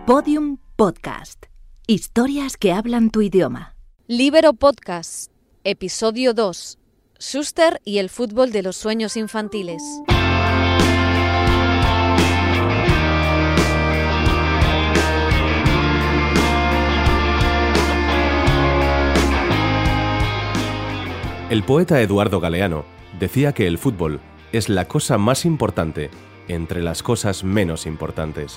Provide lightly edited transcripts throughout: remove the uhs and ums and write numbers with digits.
Podium Podcast. Historias que hablan tu idioma. Líbero Podcast, episodio 2. Schuster y el fútbol de los sueños infantiles. El poeta Eduardo Galeano decía que el fútbol es la cosa más importante entre las cosas menos importantes.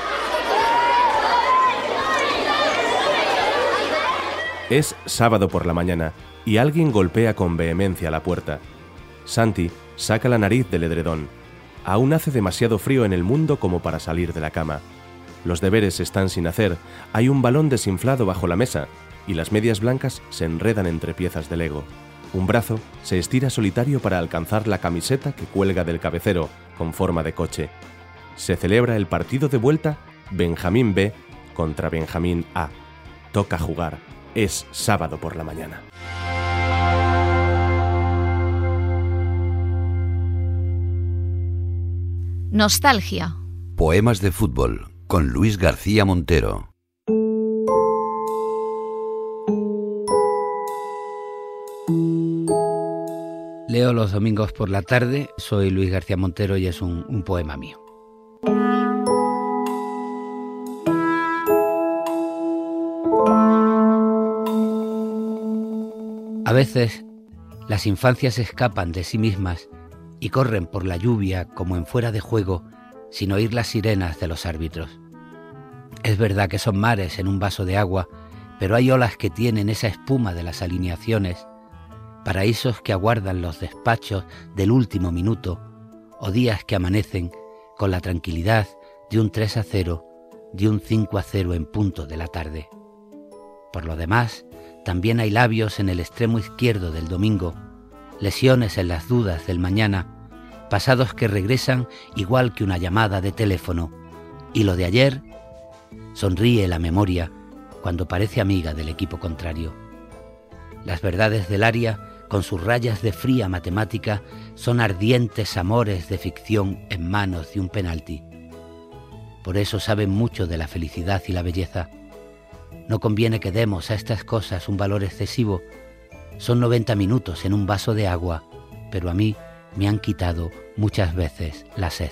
Es sábado por la mañana y alguien golpea con vehemencia la puerta. Santi saca la nariz del edredón. Aún hace demasiado frío en el mundo como para salir de la cama. Los deberes están sin hacer, hay un balón desinflado bajo la mesa y las medias blancas se enredan entre piezas de Lego. Un brazo se estira solitario para alcanzar la camiseta que cuelga del cabecero, con forma de coche. Se celebra el partido de vuelta Benjamín B contra Benjamín A. Toca jugar. Es sábado por la mañana. Nostalgia. Poemas de fútbol, con Luis García Montero. Leo los domingos por la tarde, soy Luis García Montero y es un poema mío. A veces las infancias escapan de sí mismas y corren por la lluvia como en fuera de juego sin oír las sirenas de los árbitros. Es verdad que son mares en un vaso de agua, pero hay olas que tienen esa espuma de las alineaciones, paraísos que aguardan los despachos del último minuto o días que amanecen con la tranquilidad de un 3-0, de un 5-0 en punto de la tarde. Por lo demás, también hay labios en el extremo izquierdo del domingo, lesiones en las dudas del mañana, pasados que regresan igual que una llamada de teléfono, y lo de ayer sonríe la memoria cuando parece amiga del equipo contrario. Las verdades del área, con sus rayas de fría matemática, son ardientes amores de ficción en manos de un penalti. Por eso saben mucho de la felicidad y la belleza. No conviene que demos a estas cosas un valor excesivo. Son 90 minutos en un vaso de agua, pero a mí me han quitado muchas veces la sed.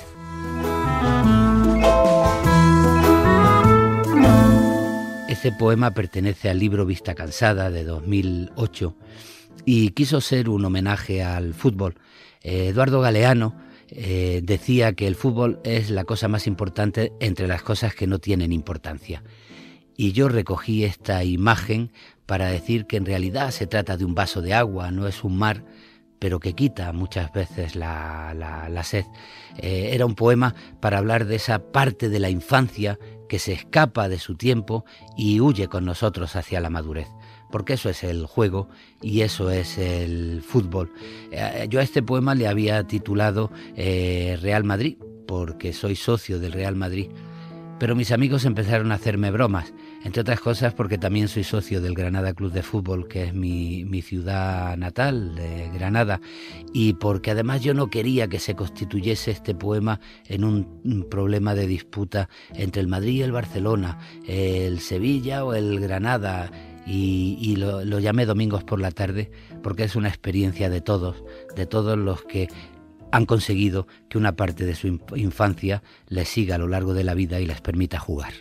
Este poema pertenece al libro Vista Cansada de 2008 y quiso ser un homenaje al fútbol. Eduardo Galeano decía que el fútbol es la cosa más importante entre las cosas que no tienen importancia. Y yo recogí esta imagen para decir que en realidad se trata de un vaso de agua, no es un mar, pero que quita muchas veces la sed. Era un poema para hablar de esa parte de la infancia que se escapa de su tiempo y huye con nosotros hacia la madurez, porque eso es el juego y eso es el fútbol. Yo a este poema le había titulado Real Madrid, porque soy socio del Real Madrid. Pero mis amigos empezaron a hacerme bromas, entre otras cosas porque también soy socio del Granada Club de Fútbol, que es mi ciudad natal, de Granada, y porque además yo no quería que se constituyese este poema en un problema de disputa entre el Madrid y el Barcelona, el Sevilla o el Granada, y lo llamé Domingos por la tarde porque es una experiencia de todos los que han conseguido que una parte de su infancia les siga a lo largo de la vida y les permita jugar.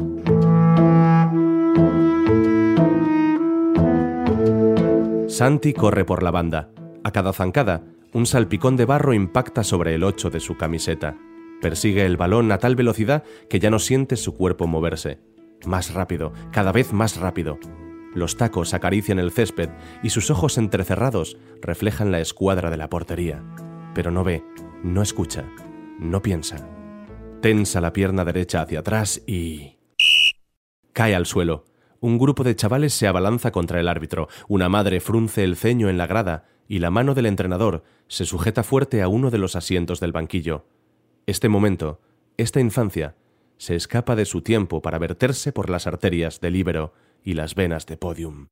Santi corre por la banda. A cada zancada, un salpicón de barro impacta sobre el 8 de su camiseta. Persigue el balón a tal velocidad que ya no siente su cuerpo moverse. Más rápido, cada vez más rápido. Los tacos acarician el césped y sus ojos entrecerrados reflejan la escuadra de la portería. Pero no ve, no escucha, no piensa. Tensa la pierna derecha hacia atrás y... cae al suelo. Un grupo de chavales se abalanza contra el árbitro. Una madre frunce el ceño en la grada y la mano del entrenador se sujeta fuerte a uno de los asientos del banquillo. Este momento, esta infancia, se escapa de su tiempo para verterse por las arterias del Líbero y las venas de Podium.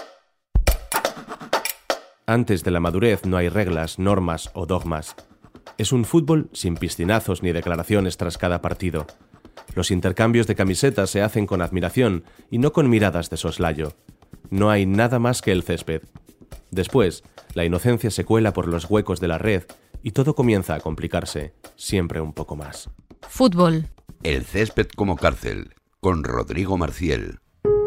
Antes de la madurez no hay reglas, normas o dogmas. Es un fútbol sin piscinazos ni declaraciones tras cada partido. Los intercambios de camisetas se hacen con admiración y no con miradas de soslayo. No hay nada más que el césped. Después, la inocencia se cuela por los huecos de la red y todo comienza a complicarse, siempre un poco más. Fútbol. El césped como cárcel, con Rodrigo Marciel.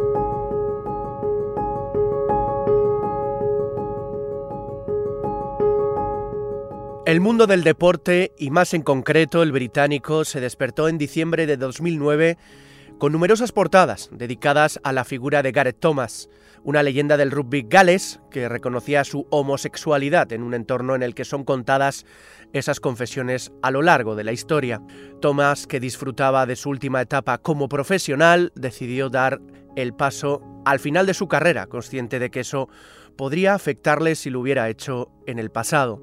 El mundo del deporte, y más en concreto el británico, se despertó en diciembre de 2009 con numerosas portadas dedicadas a la figura de Gareth Thomas, una leyenda del rugby galés que reconocía su homosexualidad en un entorno en el que son contadas esas confesiones a lo largo de la historia. Thomas, que disfrutaba de su última etapa como profesional, decidió dar el paso al final de su carrera, consciente de que eso podría afectarle si lo hubiera hecho en el pasado.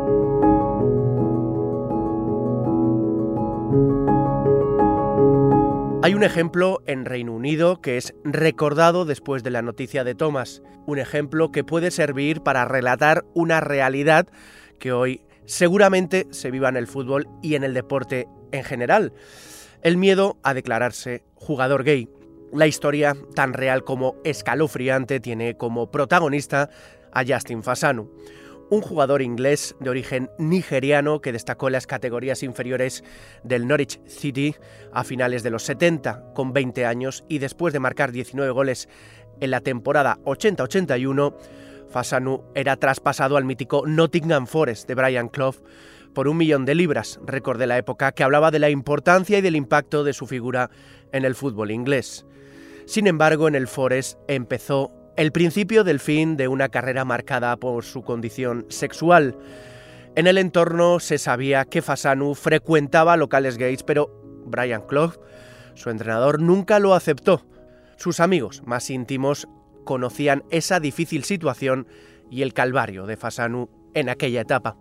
Hay un ejemplo en Reino Unido que es recordado después de la noticia de Thomas, un ejemplo que puede servir para relatar una realidad que hoy seguramente se viva en el fútbol y en el deporte en general: el miedo a declararse jugador gay. La historia, tan real como escalofriante, tiene como protagonista a Justin Fashanu, un jugador inglés de origen nigeriano que destacó en las categorías inferiores del Norwich City a finales de los 70, con 20 años, y después de marcar 19 goles en la temporada 80-81, Fashanu era traspasado al mítico Nottingham Forest de Brian Clough por $1 millón, récord de la época, que hablaba de la importancia y del impacto de su figura en el fútbol inglés. Sin embargo, en el Forest empezó el principio del fin de una carrera marcada por su condición sexual. En el entorno se sabía que Fashanu frecuentaba locales gays, pero Brian Clough, su entrenador, nunca lo aceptó. Sus amigos más íntimos conocían esa difícil situación y el calvario de Fashanu en aquella etapa.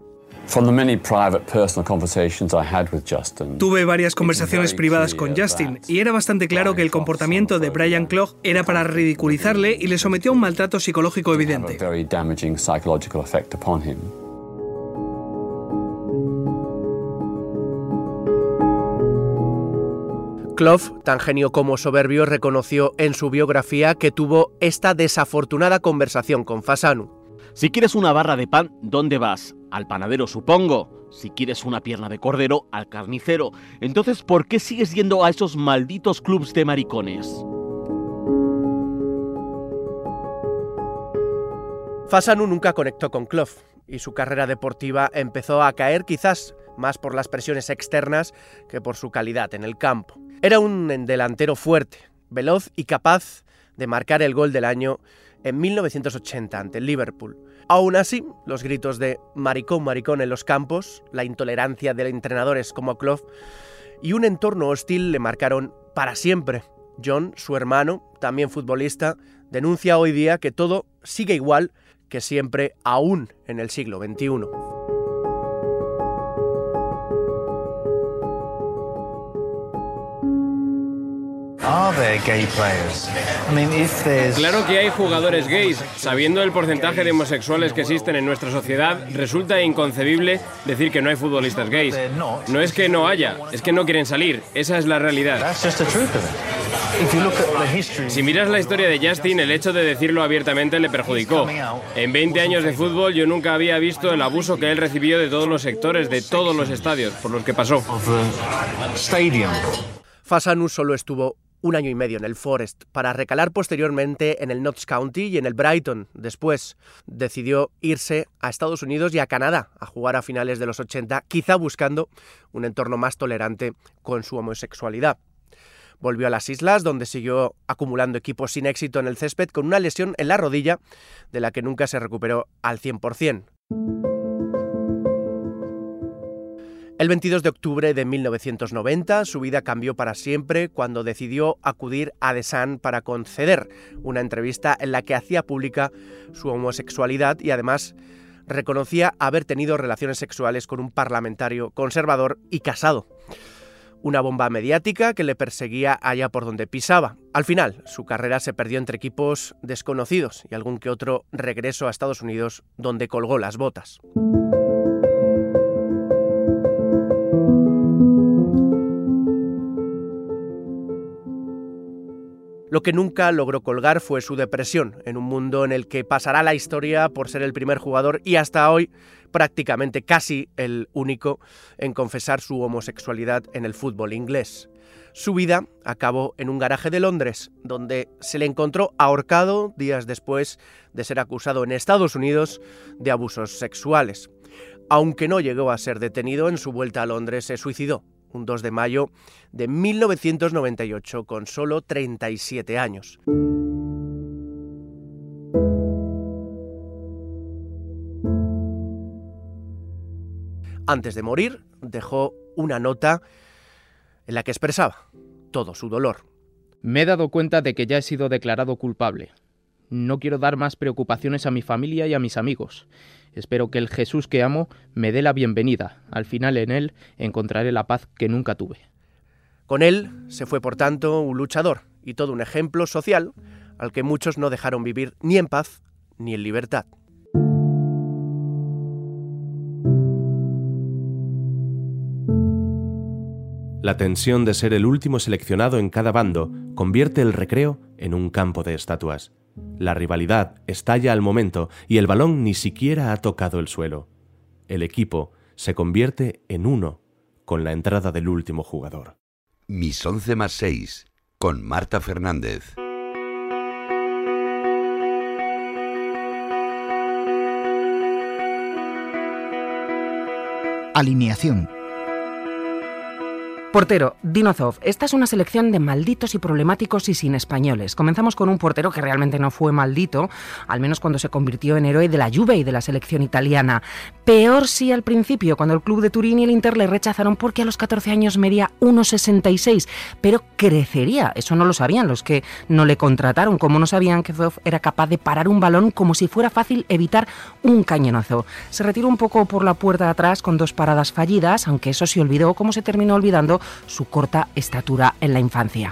Tuve varias conversaciones privadas con Justin y era bastante claro que el comportamiento de Brian Clough era para ridiculizarle y le sometió a un maltrato psicológico evidente. Clough, tan genio como soberbio, reconoció en su biografía que tuvo esta desafortunada conversación con Fashanu. Si quieres una barra de pan, ¿dónde vas? Al panadero, supongo. Si quieres una pierna de cordero, al carnicero. Entonces, ¿por qué sigues yendo a esos malditos clubs de maricones? Fashanu nunca conectó con Clough y su carrera deportiva empezó a caer, quizás más por las presiones externas que por su calidad en el campo. Era un delantero fuerte, veloz y capaz de marcar el gol del año en 1980 ante el Liverpool. Aún así, los gritos de maricón, maricón en los campos, la intolerancia de entrenadores como Clough y un entorno hostil le marcaron para siempre. John, su hermano, también futbolista, denuncia hoy día que todo sigue igual que siempre, aún en el siglo XXI. Claro que hay jugadores gays. Sabiendo el porcentaje de homosexuales que existen en nuestra sociedad, resulta inconcebible decir que no hay futbolistas gays. No es que no haya, es que no quieren salir. Esa es la realidad. Si miras la historia de Justin, el hecho de decirlo abiertamente le perjudicó. En 20 años de fútbol yo nunca había visto el abuso que él recibió de todos los sectores, de todos los estadios por los que pasó. Fashanu solo estuvo 1 año y medio en el Forest, para recalar posteriormente en el Notts County y en el Brighton. Después decidió irse a Estados Unidos y a Canadá a jugar a finales de los 80, quizá buscando un entorno más tolerante con su homosexualidad. Volvió a las islas, donde siguió acumulando equipos sin éxito en el césped, con una lesión en la rodilla de la que nunca se recuperó al 100%. El 22 de octubre de 1990, su vida cambió para siempre cuando decidió acudir a The Sun para conceder una entrevista en la que hacía pública su homosexualidad y además reconocía haber tenido relaciones sexuales con un parlamentario conservador y casado. Una bomba mediática que le perseguía allá por donde pisaba. Al final, su carrera se perdió entre equipos desconocidos y algún que otro regreso a Estados Unidos, donde colgó las botas. Lo que nunca logró colgar fue su depresión, en un mundo en el que pasará la historia por ser el primer jugador y hasta hoy prácticamente casi el único en confesar su homosexualidad en el fútbol inglés. Su vida acabó en un garaje de Londres, donde se le encontró ahorcado días después de ser acusado en Estados Unidos de abusos sexuales. Aunque no llegó a ser detenido, en su vuelta a Londres se suicidó un 2 de mayo de 1998 con solo 37 años. Antes de morir, dejó una nota en la que expresaba todo su dolor. Me he dado cuenta de que ya he sido declarado culpable. No quiero dar más preocupaciones a mi familia y a mis amigos. Espero que el Jesús que amo me dé la bienvenida. Al final en él encontraré la paz que nunca tuve. Con él se fue, por tanto, un luchador y todo un ejemplo social al que muchos no dejaron vivir ni en paz ni en libertad. La tensión de ser el último seleccionado en cada bando convierte el recreo en un campo de estatuas. La rivalidad estalla al momento y el balón ni siquiera ha tocado el suelo. El equipo se convierte en uno con la entrada del último jugador. Mis 11 más 6, con Marta Fernández. Alineación. Portero, Dinozov. Esta es una selección de malditos y problemáticos y sin españoles. Comenzamos con un portero que realmente no fue maldito, al menos cuando se convirtió en héroe de la Juve y de la selección italiana. Peor sí al principio, cuando el club de Turín y el Inter le rechazaron porque a los 14 años medía 1,66, pero crecería. Eso no lo sabían los que no le contrataron, como no sabían que Zoff era capaz de parar un balón como si fuera fácil evitar un cañonazo. Se retiró un poco por la puerta de atrás con 2 paradas fallidas, aunque eso se olvidó, como se terminó olvidando su corta estatura en la infancia.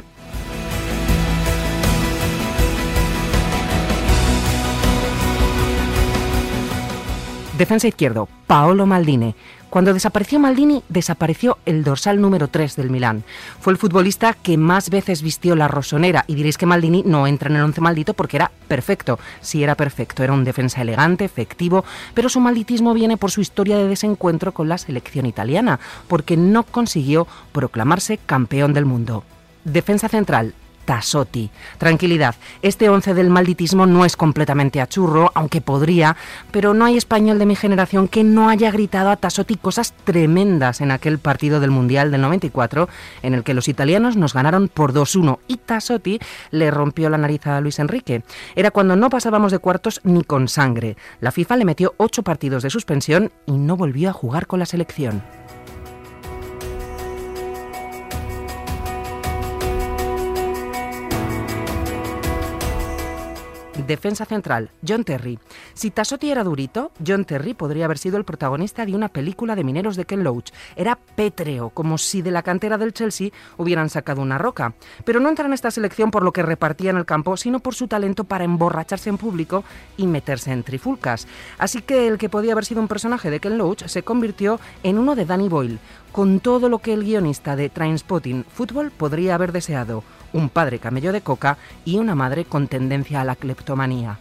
Defensa izquierdo, Paolo Maldini. Cuando desapareció Maldini, desapareció el dorsal número 3 del Milán. Fue el futbolista que más veces vistió la rosonera, y diréis que Maldini no entra en el 11 maldito porque era perfecto. Sí, era perfecto, era un defensa elegante, efectivo, pero su malditismo viene por su historia de desencuentro con la selección italiana, porque no consiguió proclamarse campeón del mundo. Defensa central, Tassotti. Tranquilidad, este 11 del malditismo no es completamente a churro, aunque podría, pero no hay español de mi generación que no haya gritado a Tassotti cosas tremendas en aquel partido del Mundial del 94, en el que los italianos nos ganaron por 2-1 y Tassotti le rompió la nariz a Luis Enrique. Era cuando no pasábamos de cuartos ni con sangre. La FIFA le metió 8 partidos de suspensión y no volvió a jugar con la selección. Defensa central, John Terry. Si Tassotti era durito, John Terry podría haber sido el protagonista de una película de mineros de Ken Loach. Era pétreo, como si de la cantera del Chelsea hubieran sacado una roca. Pero no entra en esta selección por lo que repartía en el campo, sino por su talento para emborracharse en público y meterse en trifulcas. Así que el que podía haber sido un personaje de Ken Loach se convirtió en uno de Danny Boyle, con todo lo que el guionista de Trainspotting Fútbol podría haber deseado: un padre camello de coca y una madre con tendencia a la cleptomanía.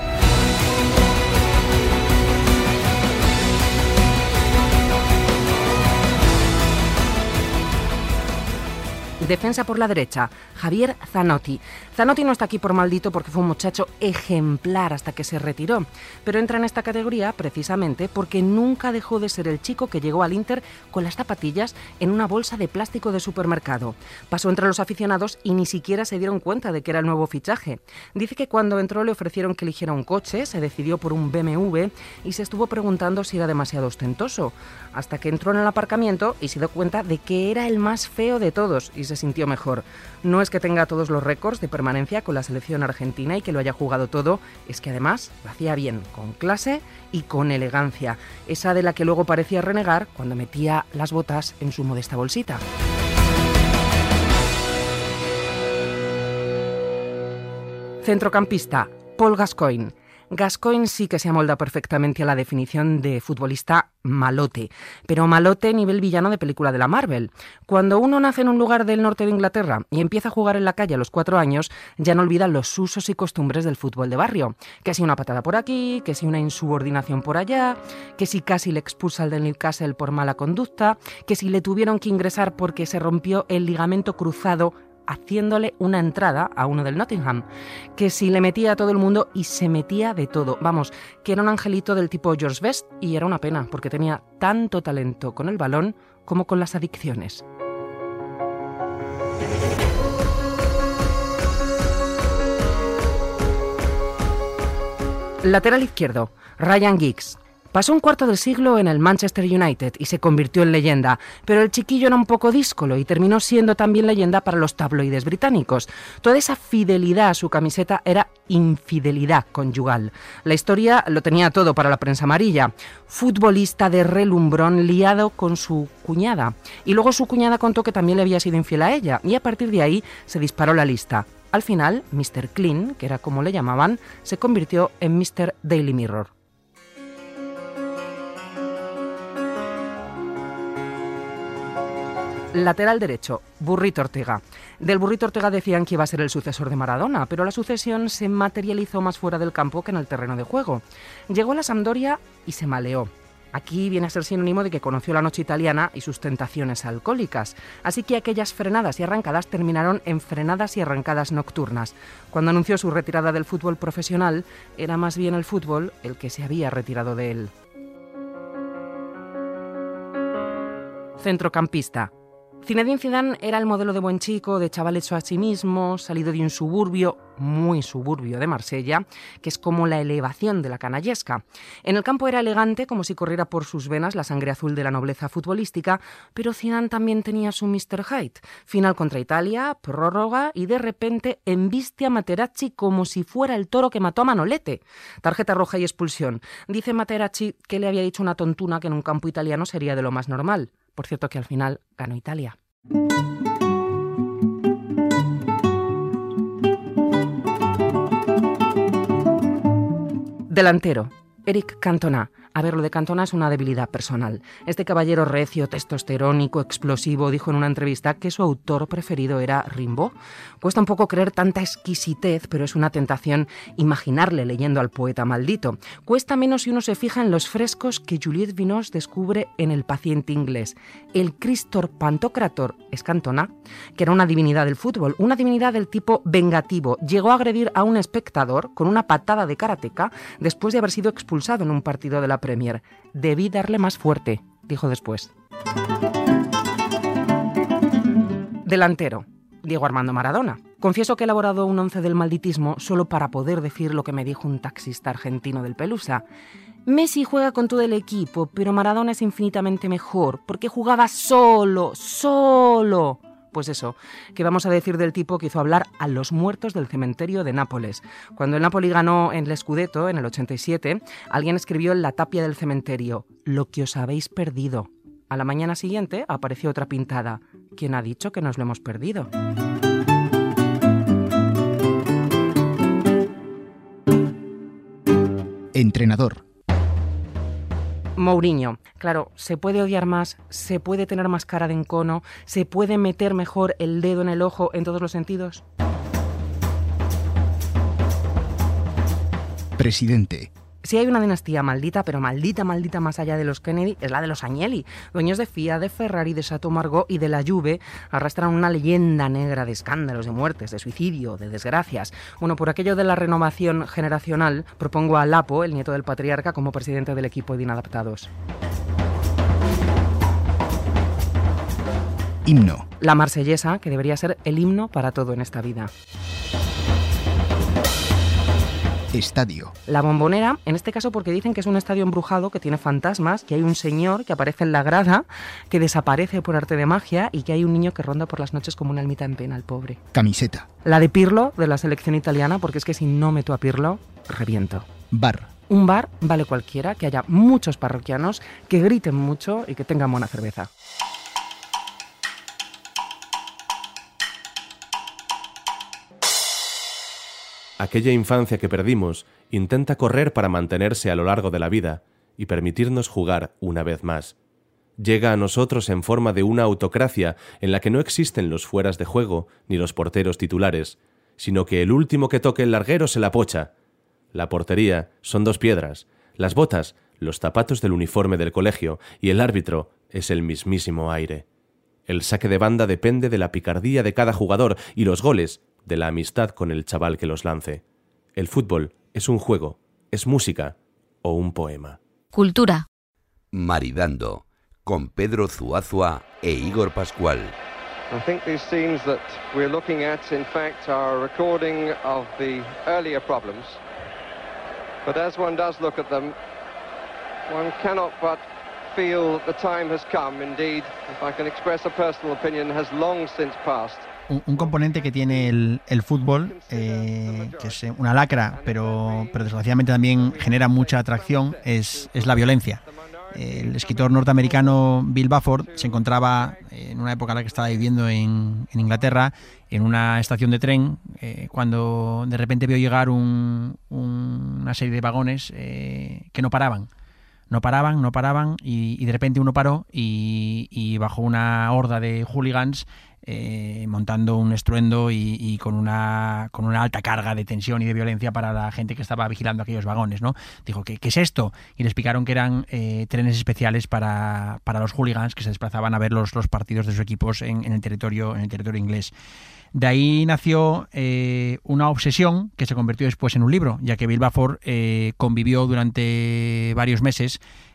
Defensa por la derecha, Javier Zanotti. Zanotti no está aquí por maldito porque fue un muchacho ejemplar hasta que se retiró, pero entra en esta categoría precisamente porque nunca dejó de ser el chico que llegó al Inter con las zapatillas en una bolsa de plástico de supermercado. Pasó entre los aficionados y ni siquiera se dieron cuenta de que era el nuevo fichaje. Dice que cuando entró le ofrecieron que eligiera un coche, se decidió por un BMW y se estuvo preguntando si era demasiado ostentoso, hasta que entró en el aparcamiento y se dio cuenta de que era el más feo de todos y se sintió mejor. No es que tenga todos los récords de permanencia con la selección argentina y que lo haya jugado todo, es que además lo hacía bien, con clase y con elegancia, esa de la que luego parecía renegar cuando metía las botas en su modesta bolsita. Centrocampista, Paul Gascoigne. Gascoigne sí que se amolda perfectamente a la definición de futbolista malote, pero malote nivel villano de película de la Marvel. Cuando uno nace en un lugar del norte de Inglaterra y empieza a jugar en la calle a los 4 años, ya no olvida los usos y costumbres del fútbol de barrio. Que si una patada por aquí, que si una insubordinación por allá, que si casi le expulsa al del Newcastle por mala conducta, que si le tuvieron que ingresar porque se rompió el ligamento cruzado haciéndole una entrada a uno del Nottingham, que si le metía a todo el mundo y se metía de todo. Vamos, que era un angelito del tipo George Best y era una pena porque tenía tanto talento con el balón como con las adicciones. Lateral izquierdo, Ryan Giggs. Pasó un cuarto del siglo en el Manchester United y se convirtió en leyenda, pero el chiquillo era un poco díscolo y terminó siendo también leyenda para los tabloides británicos. Toda esa fidelidad a su camiseta era infidelidad conyugal. La historia lo tenía todo para la prensa amarilla. Futbolista de relumbrón liado con su cuñada. Y luego su cuñada contó que también le había sido infiel a ella y a partir de ahí se disparó la lista. Al final, Mr. Clean, que era como le llamaban, se convirtió en Mr. Daily Mirror. Lateral derecho, Burrito Ortega. Del Burrito Ortega decían que iba a ser el sucesor de Maradona, pero la sucesión se materializó más fuera del campo que en el terreno de juego. Llegó a la Sampdoria y se maleó. Aquí viene a ser sinónimo de que conoció la noche italiana y sus tentaciones alcohólicas. Así que aquellas frenadas y arrancadas terminaron en frenadas y arrancadas nocturnas. Cuando anunció su retirada del fútbol profesional, era más bien el fútbol el que se había retirado de él. Centrocampista. Zinedine Zidane era el modelo de buen chico, de chaval hecho a sí mismo, salido de un suburbio, muy suburbio de Marsella, que es como la elevación de la canallesca. En el campo era elegante, como si corriera por sus venas la sangre azul de la nobleza futbolística, pero Zidane también tenía su Mr. Hyde. Final contra Italia, prórroga y de repente embiste a Materazzi como si fuera el toro que mató a Manolete. Tarjeta roja y expulsión. Dice Materazzi que le había dicho una tontuna que en un campo italiano sería de lo más normal. Por cierto que al final ganó Italia. Delantero, Eric Cantona. A ver, lo de Cantona es una debilidad personal. Este caballero recio, testosterónico, explosivo, dijo en una entrevista que su autor preferido era Rimbaud. Cuesta un poco creer tanta exquisitez, pero es una tentación imaginarle leyendo al poeta maldito. Cuesta menos si uno se fija en los frescos que Juliette Binoche descubre en El paciente inglés. El Cristor Pantocrator es Cantona, que era una divinidad del fútbol, una divinidad del tipo vengativo. Llegó a agredir a un espectador con una patada de karateca después de haber sido expulsado en un partido de la Premier. Debí darle más fuerte, dijo después. Delantero, Diego Armando Maradona. Confieso que he elaborado un 11 del malditismo solo para poder decir lo que me dijo un taxista argentino del Pelusa. Messi juega con todo el equipo, pero Maradona es infinitamente mejor, porque jugaba solo. Pues eso, ¿qué vamos a decir del tipo que hizo hablar a los muertos del cementerio de Nápoles? Cuando el Napoli ganó en el Scudetto, en el 87, alguien escribió en la tapia del cementerio: «Lo que os habéis perdido». A la mañana siguiente apareció otra pintada: «¿Quién ha dicho que nos lo hemos perdido?». Entrenador. Mourinho. Claro, se puede odiar más, se puede tener más cara de encono, se puede meter mejor el dedo en el ojo en todos los sentidos. Presidente. Si hay una dinastía maldita, pero maldita más allá de los Kennedy, es la de los Agnelli. Dueños de Fiat, de Ferrari, de Chateau Margaux y de la Juve, arrastran una leyenda negra de escándalos, de muertes, de suicidio, de desgracias. Bueno, por aquello de la renovación generacional, propongo a Lapo, el nieto del patriarca, como presidente del equipo de inadaptados. Himno. La marsellesa, que debería ser el himno para todo en esta vida. Estadio. La Bombonera, en este caso porque dicen que es un estadio embrujado, que tiene fantasmas, que hay un señor que aparece en la grada, que desaparece por arte de magia y que hay un niño que ronda por las noches como una almita en pena, el pobre. Camiseta. La de Pirlo, de la selección italiana, porque es que si no meto a Pirlo, reviento. Bar. Un bar vale cualquiera, que haya muchos parroquianos, que griten mucho y que tengan buena cerveza. Aquella infancia que perdimos intenta correr para mantenerse a lo largo de la vida y permitirnos jugar una vez más. Llega a nosotros en forma de una autocracia en la que no existen los fueras de juego ni los porteros titulares, sino que el último que toque el larguero se la pocha. La portería son 2 piedras, las botas, los zapatos del uniforme del colegio, y el árbitro es el mismísimo aire. El saque de banda depende de la picardía de cada jugador y los goles de la amistad con el chaval que los lance. El fútbol es un juego, es música o un poema. Cultura. Maridando, con Pedro Zuazua e Igor Pascual. I think these scenes that we're looking at, in fact, are a recording of the earlier problems. But as one does look at them, one cannot but feel that the time has come. Indeed, if I can express a personal opinion, has long since passed. Un componente que tiene el fútbol, que es una lacra, pero desgraciadamente también genera mucha atracción, es la violencia. El escritor norteamericano Bill Bafford se encontraba en una época en la que estaba viviendo en Inglaterra, en una estación de tren, cuando de repente vio llegar una serie de vagones que no paraban. No paraban y de repente uno paró y bajó una horda de hooligans montando un estruendo y con una alta carga de tensión y de violencia para la gente que estaba vigilando aquellos vagones, ¿no? Dijo, ¿qué es esto? Y le explicaron que eran trenes especiales para los hooligans que se desplazaban a ver los partidos de sus equipos en el territorio inglés. De ahí nació una obsesión que se convirtió después en un libro, ya que Bill Bafford convivió durante varios meses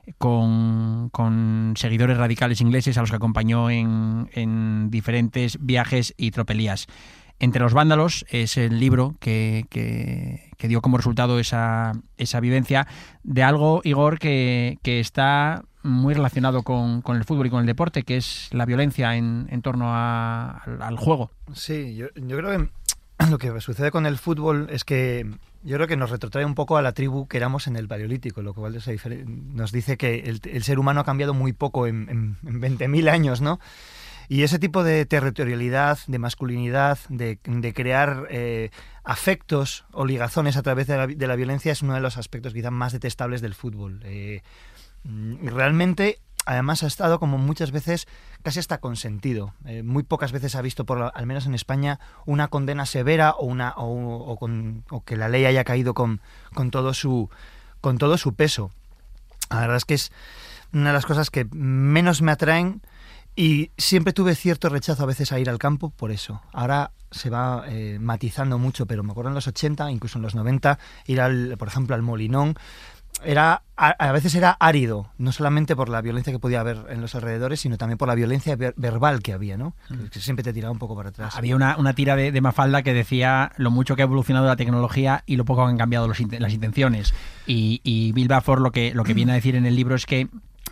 con seguidores radicales ingleses a los que acompañó en diferentes viajes y tropelías. Entre los vándalos es el libro que dio como resultado esa vivencia de algo, Igor, que está muy relacionado con el fútbol y con el deporte, que es la violencia en torno al juego. Sí, yo creo que lo que sucede con el fútbol es que yo creo que nos retrotrae un poco a la tribu que éramos en el Paleolítico, lo cual nos dice que el ser humano ha cambiado muy poco en 20.000 años, ¿no? Y ese tipo de territorialidad, de masculinidad, de crear afectos o ligazones a través de la violencia es uno de los aspectos quizás más detestables del fútbol. Realmente, además, ha estado como muchas veces casi hasta consentido. Muy pocas veces ha visto, al menos en España, una condena severa o que la ley haya caído con todo su peso. La verdad es que es una de las cosas que menos me atraen. Y siempre tuve cierto rechazo a veces a ir al campo por eso. Ahora se va matizando mucho, pero me acuerdo en los 80, incluso en los 90, ir por ejemplo al Molinón, a veces era árido, no solamente por la violencia que podía haber en los alrededores, sino también por la violencia verbal que había, ¿no? Que siempre te tiraba un poco para atrás. Había una tira de Mafalda que decía lo mucho que ha evolucionado la tecnología y lo poco que han cambiado las intenciones. Y Bill Bafford lo que viene a decir en el libro es que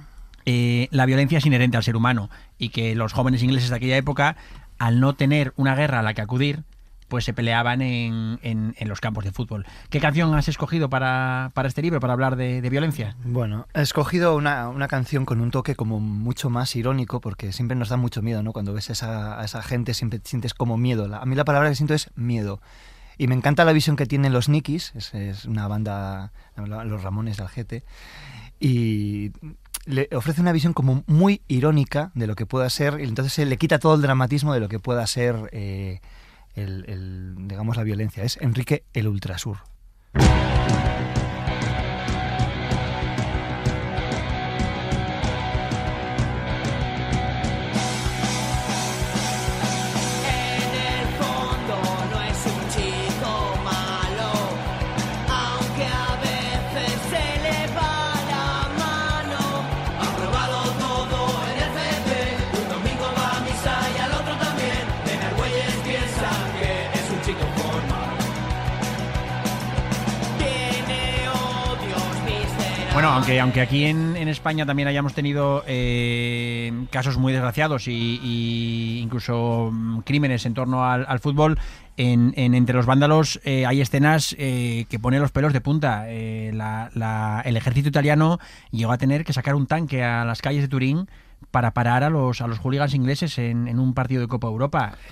la violencia es inherente al ser humano y que los jóvenes ingleses de aquella época, al no tener una guerra a la que acudir, pues se peleaban en los campos de fútbol. ¿Qué canción has escogido para este libro, para hablar de violencia? Bueno, he escogido una canción con un toque como mucho más irónico, porque siempre nos da mucho miedo, ¿no? Cuando ves a esa gente siempre sientes como miedo. A mí la palabra que siento es miedo. Y me encanta la visión que tienen los Nikis, es una banda, los Ramones de Algete, y le ofrece una visión como muy irónica de lo que pueda ser, y entonces se le quita todo el dramatismo de lo que pueda ser digamos la violencia. Es Enrique el Ultrasur. Bueno, aunque aquí en España también hayamos tenido casos muy desgraciados y incluso crímenes en torno al fútbol, entre los vándalos hay escenas que ponen los pelos de punta. El ejército italiano llegó a tener que sacar un tanque a las calles de Turín para parar a los hooligans ingleses en un partido de Copa Europa.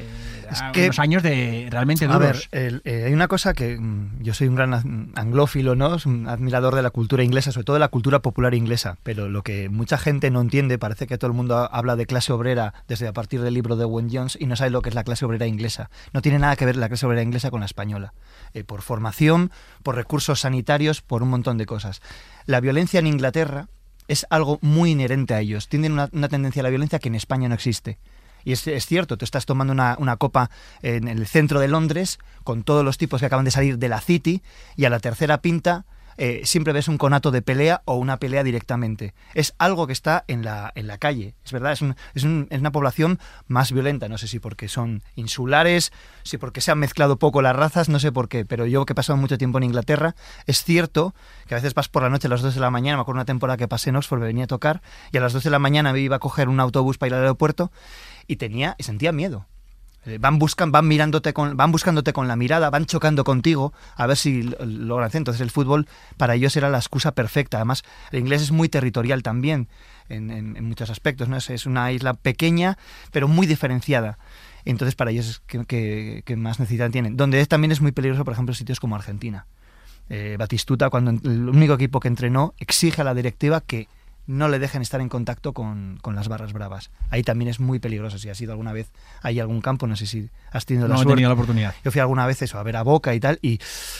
unos años de realmente duros. A ver, hay una cosa que yo soy un gran anglófilo, ¿no? Es un admirador de la cultura inglesa, sobre todo de la cultura popular inglesa, pero lo que mucha gente no entiende, parece que todo el mundo habla de clase obrera desde a partir del libro de Owen Jones y no sabe lo que es la clase obrera inglesa. No tiene nada que ver la clase obrera inglesa con la española, por formación, por recursos sanitarios, por un montón de cosas. La violencia en Inglaterra es algo muy inherente a ellos. Tienen una tendencia a la violencia que en España no existe. Y es cierto, tú estás tomando una copa en el centro de Londres con todos los tipos que acaban de salir de la City y a la tercera pinta siempre ves un conato de pelea o una pelea directamente. Es algo que está en la calle, es verdad, es una población más violenta, no sé si porque son insulares, si porque se han mezclado poco las razas, no sé por qué, pero yo que he pasado mucho tiempo en Inglaterra, es cierto que a veces vas por la noche a las 2 de la mañana, me acuerdo una temporada que pasé en Oxford, me venía a tocar, y a las 2 de la mañana me iba a coger un autobús para ir al aeropuerto, y sentía miedo. Van buscándote con la mirada, van chocando contigo a ver si logran hacer. Entonces el fútbol para ellos era la excusa perfecta. Además, el inglés es muy territorial también en muchos aspectos, ¿no? Es una isla pequeña pero muy diferenciada. Entonces para ellos es que más necesidad tienen. Donde también es muy peligroso, por ejemplo, sitios como Argentina. Batistuta, cuando el único equipo que entrenó, exige a la directiva que no le dejen estar en contacto con las barras bravas. Ahí también es muy peligroso. Si has ido alguna vez ahí a algún campo, no sé si has tenido la suerte. No he tenido la oportunidad. Yo fui alguna vez a ver a Boca y tal, y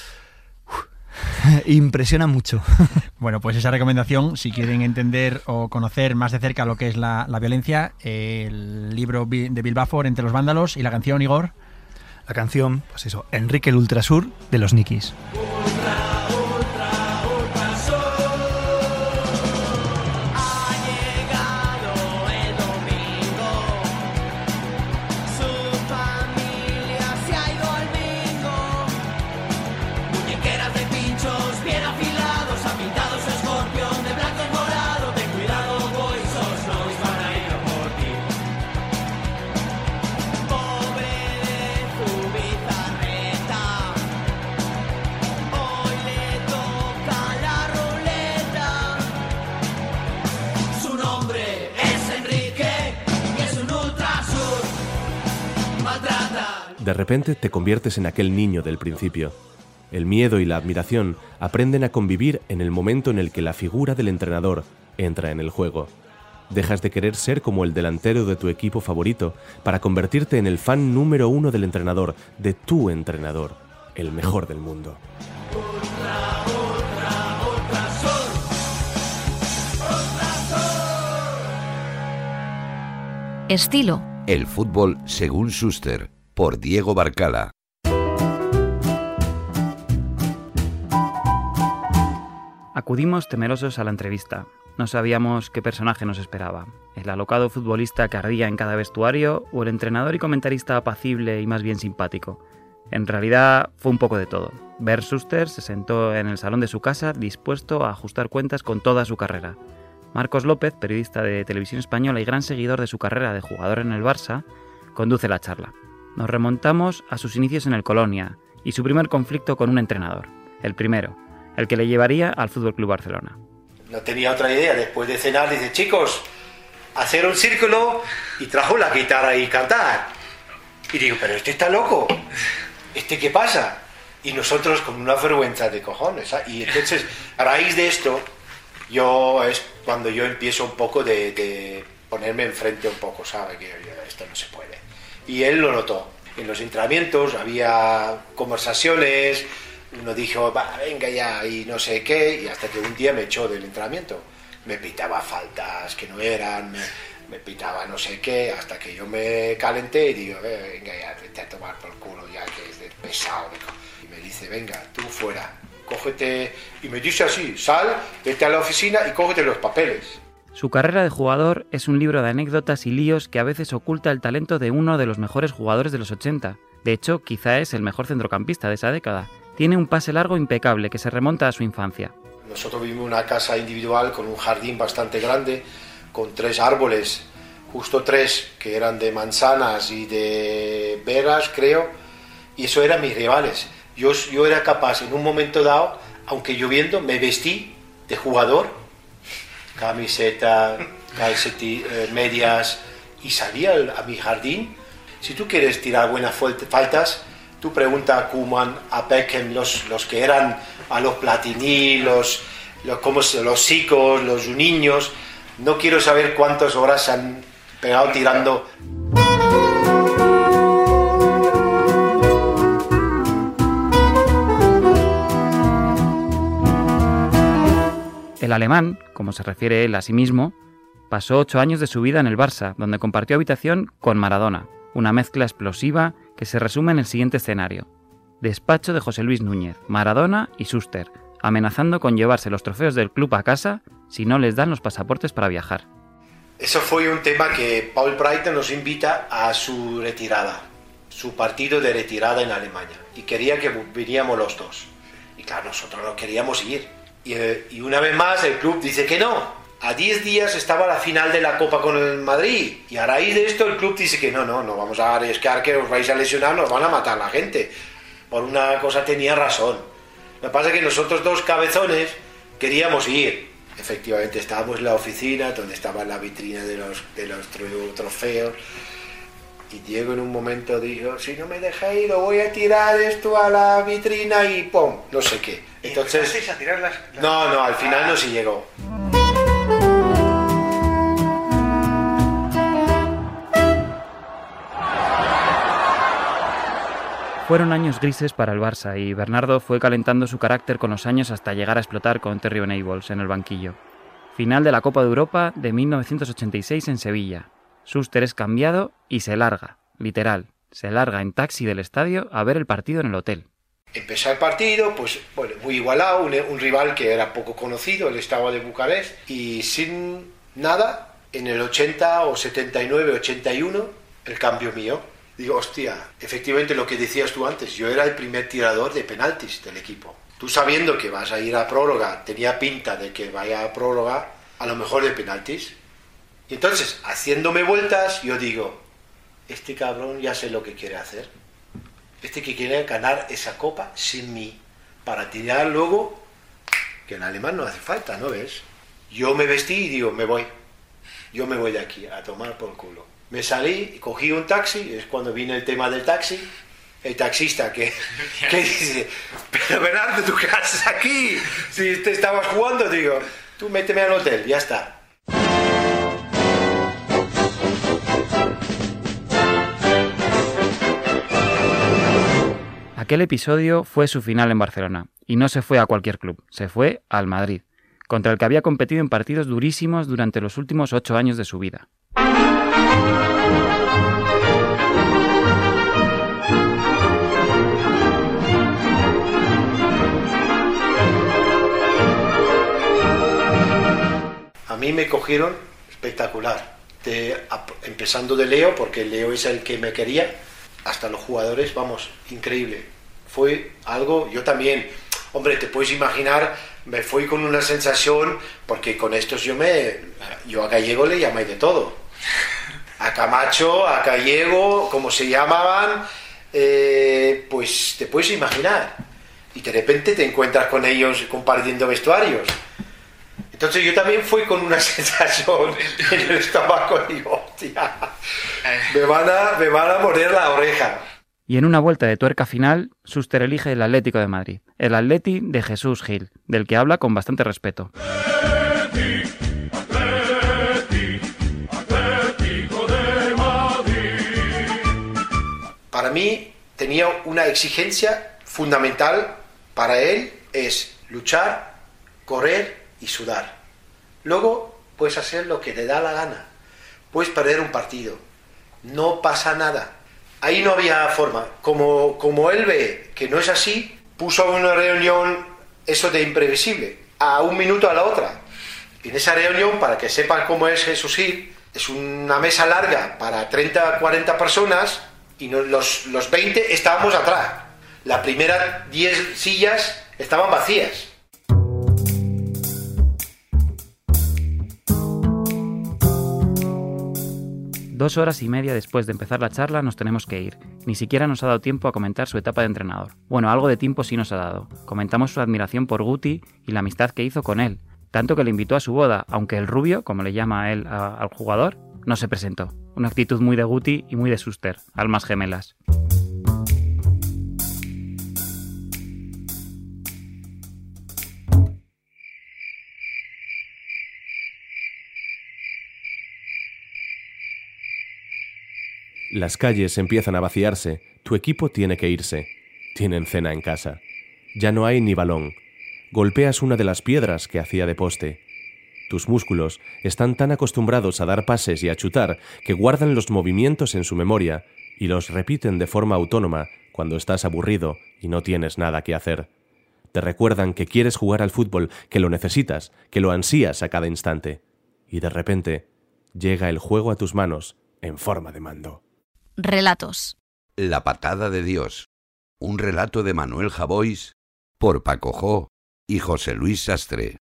impresiona mucho. Bueno, pues esa recomendación, si quieren entender o conocer más de cerca lo que es la violencia, el libro de Bill Bafford, Entre los vándalos, y la canción, Igor. La canción, pues eso, Enrique el Ultrasur, de los Nikis. De repente te conviertes en aquel niño del principio. El miedo y la admiración aprenden a convivir en el momento en el que la figura del entrenador entra en el juego. Dejas de querer ser como el delantero de tu equipo favorito para convertirte en el fan número 1 del entrenador, de tu entrenador, el mejor del mundo. Estilo. El fútbol según Schuster, por Diego Barcala. Acudimos temerosos a la entrevista. No sabíamos qué personaje nos esperaba. ¿El alocado futbolista que ardía en cada vestuario o el entrenador y comentarista apacible y más bien simpático? En realidad fue un poco de todo. Bert Schuster se sentó en el salón de su casa dispuesto a ajustar cuentas con toda su carrera. Marcos López, periodista de Televisión Española y gran seguidor de su carrera de jugador en el Barça, conduce la charla. Nos remontamos a sus inicios en el Colonia y su primer conflicto con un entrenador, el primero, el que le llevaría al FC Barcelona. No tenía otra idea. Después de cenar dice: chicos, hacer un círculo, y trajo la guitarra y cantar. Y digo: pero este está loco, ¿este qué pasa? Y nosotros con una vergüenza de cojones, ¿sabes? Y entonces, a raíz de esto, es cuando yo empiezo un poco de ponerme enfrente un poco, ¿sabes? Que esto no se puede. Y él lo notó. En los entrenamientos había conversaciones, uno dijo: va, venga ya, y no sé qué, y hasta que un día me echó del entrenamiento. Me pitaba faltas que no eran, me pitaba no sé qué, hasta que yo me calenté y digo: venga ya, vete a tomar por culo ya, que es de pesado. Y me dice: venga, tú fuera, cógete, y me dice así: sal, vete a la oficina y cógete los papeles. Su carrera de jugador es un libro de anécdotas y líos que a veces oculta el talento de uno de los mejores jugadores de los 80. De hecho, quizá es el mejor centrocampista de esa década. Tiene un pase largo impecable que se remonta a su infancia. Nosotros vivimos en una casa individual con un jardín bastante grande, con 3 árboles, justo 3, que eran de manzanas y de peras, creo, y eso eran mis rivales. Yo era capaz, en un momento dado, aunque lloviendo, me vestí de jugador, camiseta, medias, y salí a mi jardín Si tú quieres tirar buenas faltas, tú pregunta a Koeman, a Beckham, los que eran a los Platini, los Sicos, los Juninhos. No quiero saber cuántas horas se han pegado tirando. El alemán, como se refiere él a sí mismo, pasó 8 años de su vida en el Barça, donde compartió habitación con Maradona, una mezcla explosiva que se resume en el siguiente escenario. Despacho de José Luis Núñez, Maradona y Schuster, amenazando con llevarse los trofeos del club a casa si no les dan los pasaportes para viajar. Eso fue un tema que Paul Breitner nos invita a su retirada, su partido de retirada en Alemania, y quería que viniéramos los dos. Y claro, nosotros no queríamos ir. Y una vez más el club dice que no. A 10 días estaba la final de la Copa con el Madrid, y a raíz de esto el club dice que no vamos a arriesgar que os vais a lesionar, nos van a matar la gente. Por una cosa tenía razón. Lo que pasa es que nosotros dos cabezones queríamos ir. Efectivamente estábamos en la oficina donde estaba la vitrina de los trofeos, y Diego en un momento dijo: si no me dejáis lo voy a tirar esto a la vitrina y ¡pum! No sé qué. Entonces, a tirar las... No, al final no se llegó. Fueron años grises para el Barça y Bernardo fue calentando su carácter con los años hasta llegar a explotar con Terry Venables en el banquillo. Final de la Copa de Europa de 1986 en Sevilla. Schuster es cambiado y se larga, literal, se larga en taxi del estadio a ver el partido en el hotel. Empezó el partido, pues bueno, muy igualado, un rival que era poco conocido, el estado de Bucarest, y sin nada, en el 80 o 79, 81, el cambio mío. Digo, hostia, efectivamente lo que decías tú antes, yo era el primer tirador de penaltis del equipo. Tú sabiendo que vas a ir a prórroga, tenía pinta de que vaya a prórroga, a lo mejor de penaltis. Y entonces, haciéndome vueltas, yo digo, este cabrón ya sé lo que quiere hacer. Este que quiere ganar esa copa sin mí, para tirar luego, que en alemán no hace falta, ¿no ves? Yo me vestí y digo, me voy. Yo me voy de aquí, a tomar por culo. Me salí, cogí un taxi, es cuando vino el tema del taxi, el taxista que dice, pero Bernardo, ¿tú qué haces aquí? Si te estabas jugando, digo, tú méteme al hotel, ya está. Aquel episodio fue su final en Barcelona, y no se fue a cualquier club, se fue al Madrid, contra el que había competido en partidos durísimos durante los últimos 8 años de su vida. A mí me cogieron espectacular, empezando de Leo, porque Leo es el que me quería, hasta los jugadores, vamos, increíble. Fue algo, yo también, hombre, te puedes imaginar, me fui con una sensación, porque con estos yo a Gallego le llamé de todo. A Camacho, a Gallego, como se llamaban, pues te puedes imaginar. Y de repente te encuentras con ellos compartiendo vestuarios. Entonces yo también fui con una sensación en el estómago y digo, hostia, me van a morder la oreja. Y en una vuelta de tuerca final, Schuster elige el Atlético de Madrid, el Atleti de Jesús Gil, del que habla con bastante respeto. Para mí tenía una exigencia fundamental para él, es luchar, correr y sudar. Luego puedes hacer lo que te da la gana, puedes perder un partido, no pasa nada. Ahí no había forma. Como él ve que no es así, puso una reunión eso de imprevisible, a un minuto a la otra. En esa reunión, para que sepan cómo es Jesús Gil, es una mesa larga para 30, 40 personas y los 20 estábamos atrás. La primera 10 sillas estaban vacías. Dos horas y media después de empezar la charla nos tenemos que ir. Ni siquiera nos ha dado tiempo a comentar su etapa de entrenador. Bueno, algo de tiempo sí nos ha dado. Comentamos su admiración por Guti y la amistad que hizo con él. Tanto que le invitó a su boda, aunque el rubio, como le llama a él al jugador, no se presentó. Una actitud muy de Guti y muy de Schuster, almas gemelas. Las calles empiezan a vaciarse, tu equipo tiene que irse. Tienen cena en casa. Ya no hay ni balón. Golpeas una de las piedras que hacía de poste. Tus músculos están tan acostumbrados a dar pases y a chutar que guardan los movimientos en su memoria y los repiten de forma autónoma cuando estás aburrido y no tienes nada que hacer. Te recuerdan que quieres jugar al fútbol, que lo necesitas, que lo ansías a cada instante. Y de repente llega el juego a tus manos en forma de mando. Relatos. La patada de Dios. Un relato de Manuel Javois por Paco Jo y José Luis Sastre.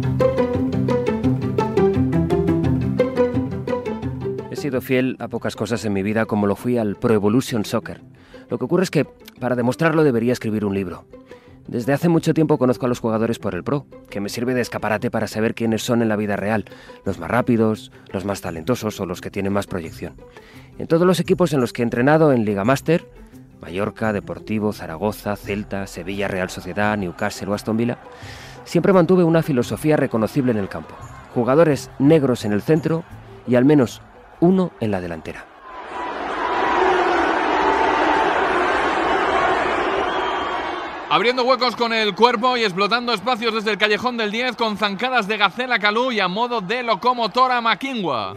He sido fiel a pocas cosas en mi vida como lo fui al Pro Evolution Soccer. Lo que ocurre es que, para demostrarlo, debería escribir un libro. Desde hace mucho tiempo conozco a los jugadores por el Pro, que me sirve de escaparate para saber quiénes son en la vida real, los más rápidos, los más talentosos o los que tienen más proyección. En todos los equipos en los que he entrenado en Liga Master, Mallorca, Deportivo, Zaragoza, Celta, Sevilla, Real Sociedad, Newcastle o Aston Villa, siempre mantuve una filosofía reconocible en el campo. Jugadores negros en el centro y al menos uno en la delantera. Abriendo huecos con el cuerpo y explotando espacios desde el callejón del 10 con zancadas de Gacela Calú y a modo de locomotora Makingwa.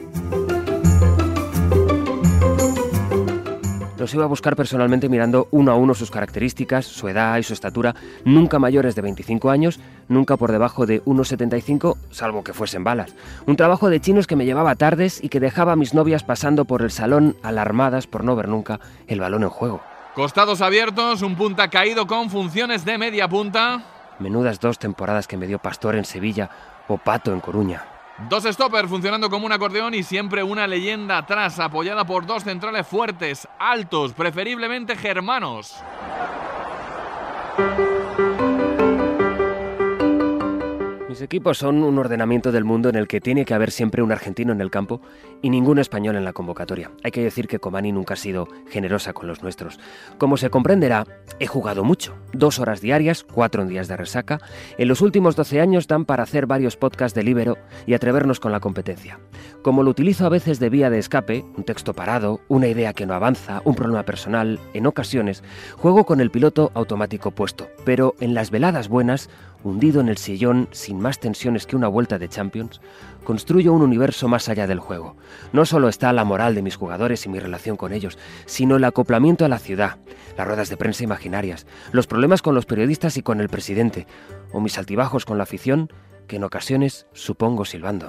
Los iba a buscar personalmente mirando uno a uno sus características, su edad y su estatura, nunca mayores de 25 años, nunca por debajo de 1,75, salvo que fuesen balas. Un trabajo de chinos que me llevaba tardes y que dejaba a mis novias pasando por el salón alarmadas por no ver nunca el balón en juego. Costados abiertos, un punta caído con funciones de media punta. Menudas 2 temporadas que me dio Pastor en Sevilla o Pato en Coruña. 2 stoppers funcionando como un acordeón y siempre una leyenda atrás, apoyada por 2 centrales fuertes, altos, preferiblemente germanos. Mis equipos son un ordenamiento del mundo en el que tiene que haber siempre un argentino en el campo y ningún español en la convocatoria. Hay que decir que Comani nunca ha sido generosa con los nuestros. Como se comprenderá, he jugado mucho. 2 horas diarias, 4 en días de resaca. En los últimos 12 años dan para hacer varios podcasts de líbero y atrevernos con la competencia. Como lo utilizo a veces de vía de escape, un texto parado, una idea que no avanza, un problema personal, en ocasiones, juego con el piloto automático puesto. Pero en las veladas buenas, hundido en el sillón, sin más tensiones que una vuelta de Champions, construyo un universo más allá del juego. No solo está la moral de mis jugadores y mi relación con ellos, sino el acoplamiento a la ciudad, las ruedas de prensa imaginarias, los problemas con los periodistas y con el presidente, o mis altibajos con la afición, que en ocasiones supongo silbando.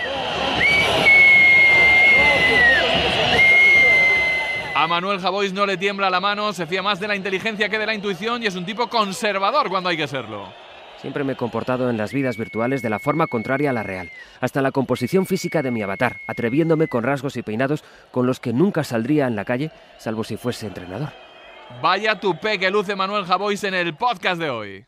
A Manuel Javois no le tiembla la mano, se fía más de la inteligencia que de la intuición y es un tipo conservador cuando hay que serlo. Siempre me he comportado en las vidas virtuales de la forma contraria a la real, hasta la composición física de mi avatar, atreviéndome con rasgos y peinados con los que nunca saldría en la calle, salvo si fuese entrenador. Vaya tupé que luce Manuel Javois en el podcast de hoy.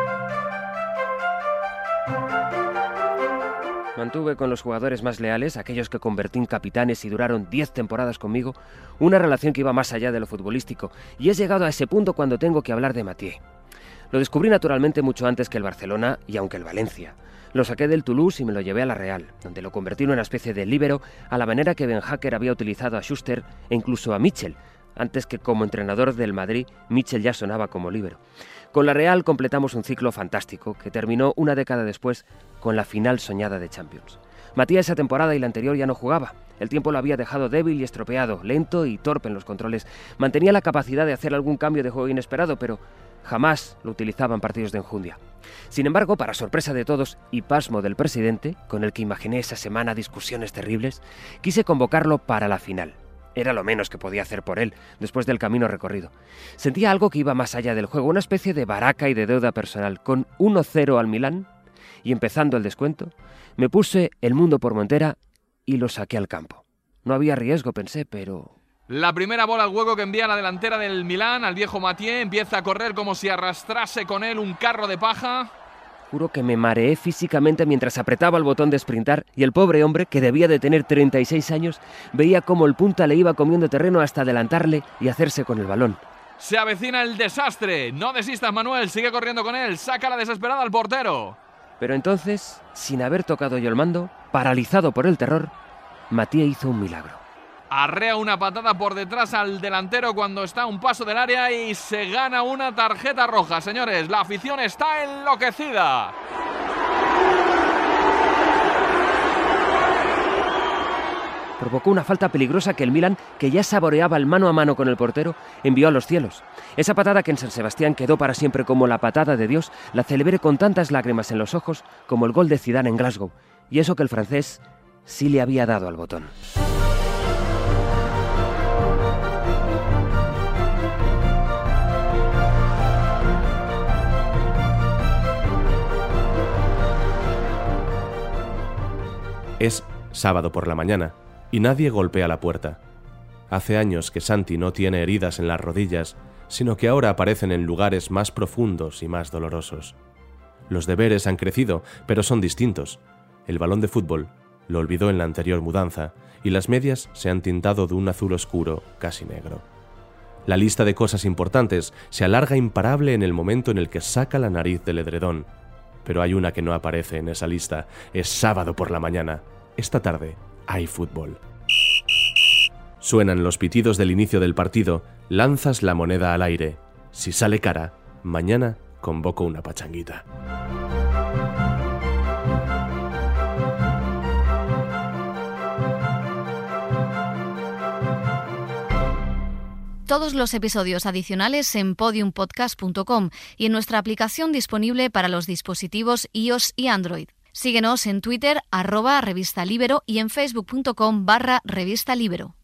Mantuve con los jugadores más leales, aquellos que convertí en capitanes y duraron 10 temporadas conmigo, una relación que iba más allá de lo futbolístico, y he llegado a ese punto cuando tengo que hablar de Mathieu. Lo descubrí naturalmente mucho antes que el Barcelona y aunque el Valencia. Lo saqué del Toulouse y me lo llevé a la Real, donde lo convertí en una especie de líbero a la manera que Ben Hacker había utilizado a Schuster e incluso a Mitchell, antes que como entrenador del Madrid, Mitchell ya sonaba como líbero. Con la Real completamos un ciclo fantástico que terminó una década después con la final soñada de Champions. Matías esa temporada y la anterior ya no jugaba. El tiempo lo había dejado débil y estropeado, lento y torpe en los controles. Mantenía la capacidad de hacer algún cambio de juego inesperado, pero jamás lo utilizaba en partidos de enjundia. Sin embargo, para sorpresa de todos y pasmo del presidente, con el que imaginé esa semana discusiones terribles, quise convocarlo para la final. Era lo menos que podía hacer por él, después del camino recorrido. Sentía algo que iba más allá del juego, una especie de baraca y de deuda personal. Con 1-0 al Milán, y empezando el descuento, me puse el mundo por montera y lo saqué al campo. No había riesgo, pensé, pero... La primera bola al hueco que envía a la delantera del Milán, al viejo Mathieu, empieza a correr como si arrastrase con él un carro de paja. Juro que me mareé físicamente mientras apretaba el botón de sprintar y el pobre hombre, que debía de tener 36 años, veía cómo el punta le iba comiendo terreno hasta adelantarle y hacerse con el balón. Se avecina el desastre. No desistas, Manuel. Sigue corriendo con él. Saca la desesperada al portero. Pero entonces, sin haber tocado yo el mando, paralizado por el terror, Mathieu hizo un milagro. Arrea una patada por detrás al delantero cuando está a un paso del área y se gana una tarjeta roja. Señores, la afición está enloquecida. Provocó una falta peligrosa que el Milan, que ya saboreaba el mano a mano con el portero, envió a los cielos. Esa patada que en San Sebastián quedó para siempre como la patada de Dios, la celebré con tantas lágrimas en los ojos como el gol de Zidane en Glasgow. Y eso que el francés sí le había dado al botón. Es sábado por la mañana y nadie golpea la puerta. Hace años que Santi no tiene heridas en las rodillas, sino que ahora aparecen en lugares más profundos y más dolorosos. Los deberes han crecido, pero son distintos. El balón de fútbol lo olvidó en la anterior mudanza y las medias se han tintado de un azul oscuro, casi negro. La lista de cosas importantes se alarga imparable en el momento en el que saca la nariz del edredón. Pero hay una que no aparece en esa lista. Es sábado por la mañana. Esta tarde hay fútbol. Suenan los pitidos del inicio del partido. Lanzas la moneda al aire. Si sale cara, mañana convoco una pachanguita. Todos los episodios adicionales en podiumpodcast.com y en nuestra aplicación disponible para los dispositivos iOS y Android. Síguenos en Twitter @revistalibero y en facebook.com/revistalibero.